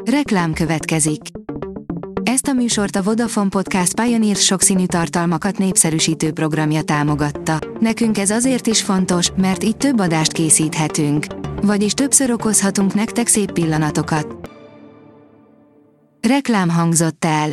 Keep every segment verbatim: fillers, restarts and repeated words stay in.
Reklám következik. Ezt a műsort a Vodafone Podcast Pioneer sokszínű tartalmakat népszerűsítő programja támogatta. Nekünk ez azért is fontos, mert így több adást készíthetünk. Vagyis többször okozhatunk nektek szép pillanatokat. Reklám hangzott el.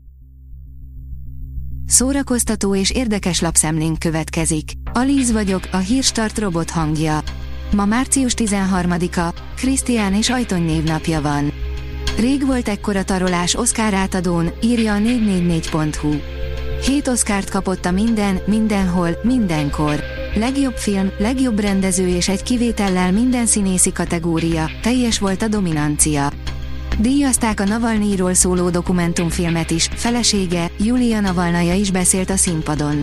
Szórakoztató és érdekes lapszemlénk következik. Alíz vagyok, a Hírstart robot hangja. Ma március tizenharmadika, Krisztián és Ajtony névnapja van. Rég volt ekkora tarolás Oscar átadón, írja a négy négy négy pont hu. Hét Oscart kapott a Minden, Mindenhol, Mindenkor. Legjobb film, legjobb rendező és egy kivétellel minden színészi kategória, teljes volt a dominancia. Díjazták a Navalnyijról szóló dokumentumfilmet is, felesége, Julia Navalnaja is beszélt a színpadon.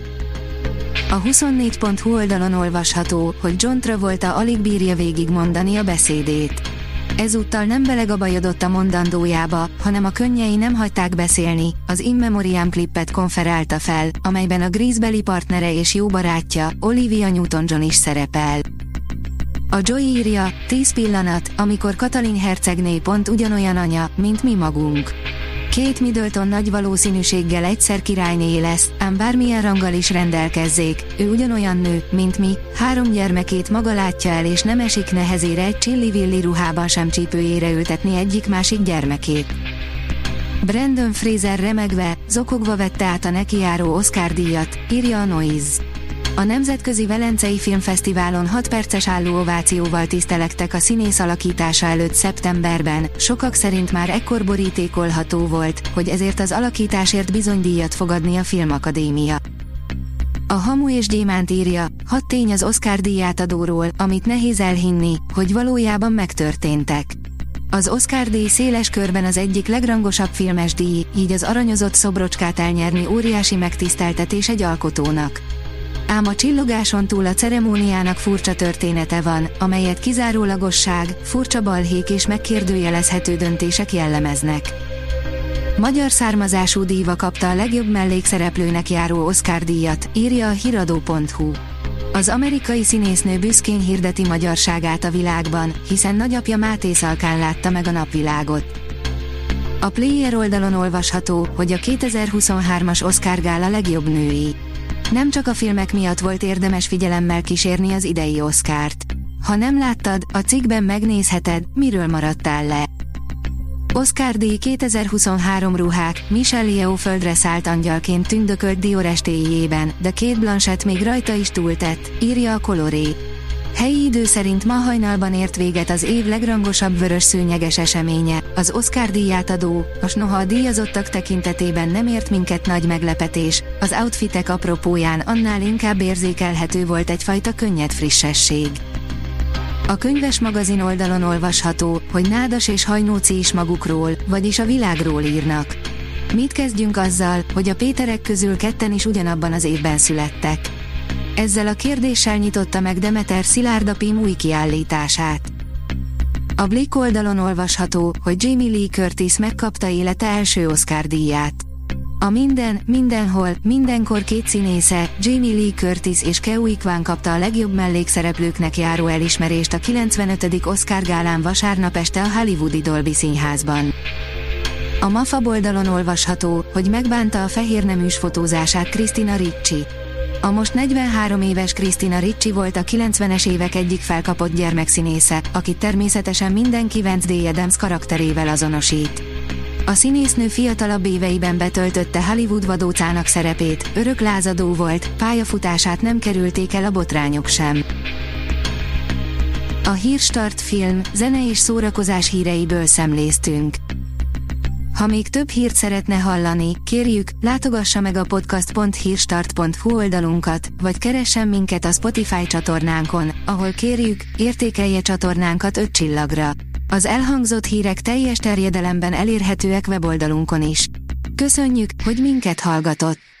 A huszonnégy pont hu oldalon olvasható, hogy John Travolta alig bírja végigmondani a beszédét. Ezúttal nem belegabajodott a mondandójába, hanem a könnyei nem hagyták beszélni, az In Memoriam klippet konferálta fel, amelyben a Grease-beli partnere és jó barátja, Olivia Newton-John is szerepel. A Joy írja, tíz pillanat, amikor Katalin hercegné pont ugyanolyan anya, mint mi magunk. Kate Middleton nagy valószínűséggel egyszer királyné lesz, ám bármilyen ranggal is rendelkezzék, ő ugyanolyan nő, mint mi, három gyermekét maga látja el és nem esik nehezére egy csillivilli ruhában sem csípőjére ültetni egyik-másik gyermekét. Brendan Fraser remegve, zokogva vette át a nekijáró Oscar-díjat, írja a Noise. A Nemzetközi Velencei Filmfesztiválon hat perces álló ovációval tisztelektek a színész alakítása előtt szeptemberben, sokak szerint már ekkor borítékolható volt, hogy ezért az alakításért bizony díjat fog adni a Filmakadémia. A Hamu és Gyémánt írja, hat tény az Oscar-díj átadóról, amit nehéz elhinni, hogy valójában megtörténtek. Az Oscar-díj széles körben az egyik legrangosabb filmes díj, így az aranyozott szobrocskát elnyerni óriási megtiszteltetés egy alkotónak. Ám a csillogáson túl a ceremóniának furcsa története van, amelyet kizárólagosság, furcsa balhék és megkérdőjelezhető döntések jellemeznek. Magyar származású díva kapta a legjobb mellékszereplőnek járó Oscar-díjat, írja a hiradó pont hu. Az amerikai színésznő büszkén hirdeti magyarságát a világban, hiszen nagyapja Máté Szalkán látta meg a napvilágot. A Player oldalon olvasható, hogy a kétezer-huszonhármas Oscar gála legjobb női. Nem csak a filmek miatt volt érdemes figyelemmel kísérni az idei Oscart. Ha nem láttad, a cikkben megnézheted, miről maradtál le. Oscar-díj kétezer-huszonhárom ruhák, Michelle Yeoh földre szállt angyalként tündökölt Dior estéjében, de Cate Blanchett még rajta is túltett, írja a Coloré. Helyi idő szerint ma hajnalban ért véget az év legrangosabb vörös szőnyeges eseménye, az Oscar-díj átadó, és noha a díjazottak tekintetében nem ért minket nagy meglepetés, az outfitek apropóján annál inkább érzékelhető volt egyfajta könnyed frissesség. A Könyves magazin oldalon olvasható, hogy Nádas és Hajnóci is magukról, vagyis a világról írnak. Mit kezdjünk azzal, hogy a Péterek közül ketten is ugyanabban az évben születtek? Ezzel a kérdéssel nyitotta meg Demeter Szilárd a Pim új kiállítását. A Blick oldalon olvasható, hogy Jamie Lee Curtis megkapta élete első Oscar-díját. A Minden, Mindenhol, Mindenkor két színésze, Jamie Lee Curtis és Ke-Huy Quan kapta a legjobb mellékszereplőknek járó elismerést a kilencvenötödik Oscar gálán vasárnap este a hollywoodi Dolby Színházban. A Mafab oldalon olvasható, hogy megbánta a fehérneműs fotózását Christina Ricci. A most negyvenhárom éves Christina Ricci volt a kilencvenes évek egyik felkapott gyermekszínésze, akit természetesen mindenki Wednesday Addams karakterével azonosít. A színésznő fiatalabb éveiben betöltötte Hollywood vadócának szerepét, örök lázadó volt, pályafutását nem kerülték el a botrányok sem. A Hírstart film, zene és szórakozás híreiből szemléztünk. Ha még több hírt szeretne hallani, kérjük, látogassa meg a podcast pont hírstart pont hu oldalunkat, vagy keressen minket a Spotify csatornánkon, ahol kérjük, értékelje csatornánkat öt csillagra. Az elhangzott hírek teljes terjedelemben elérhetőek weboldalunkon is. Köszönjük, hogy minket hallgatott!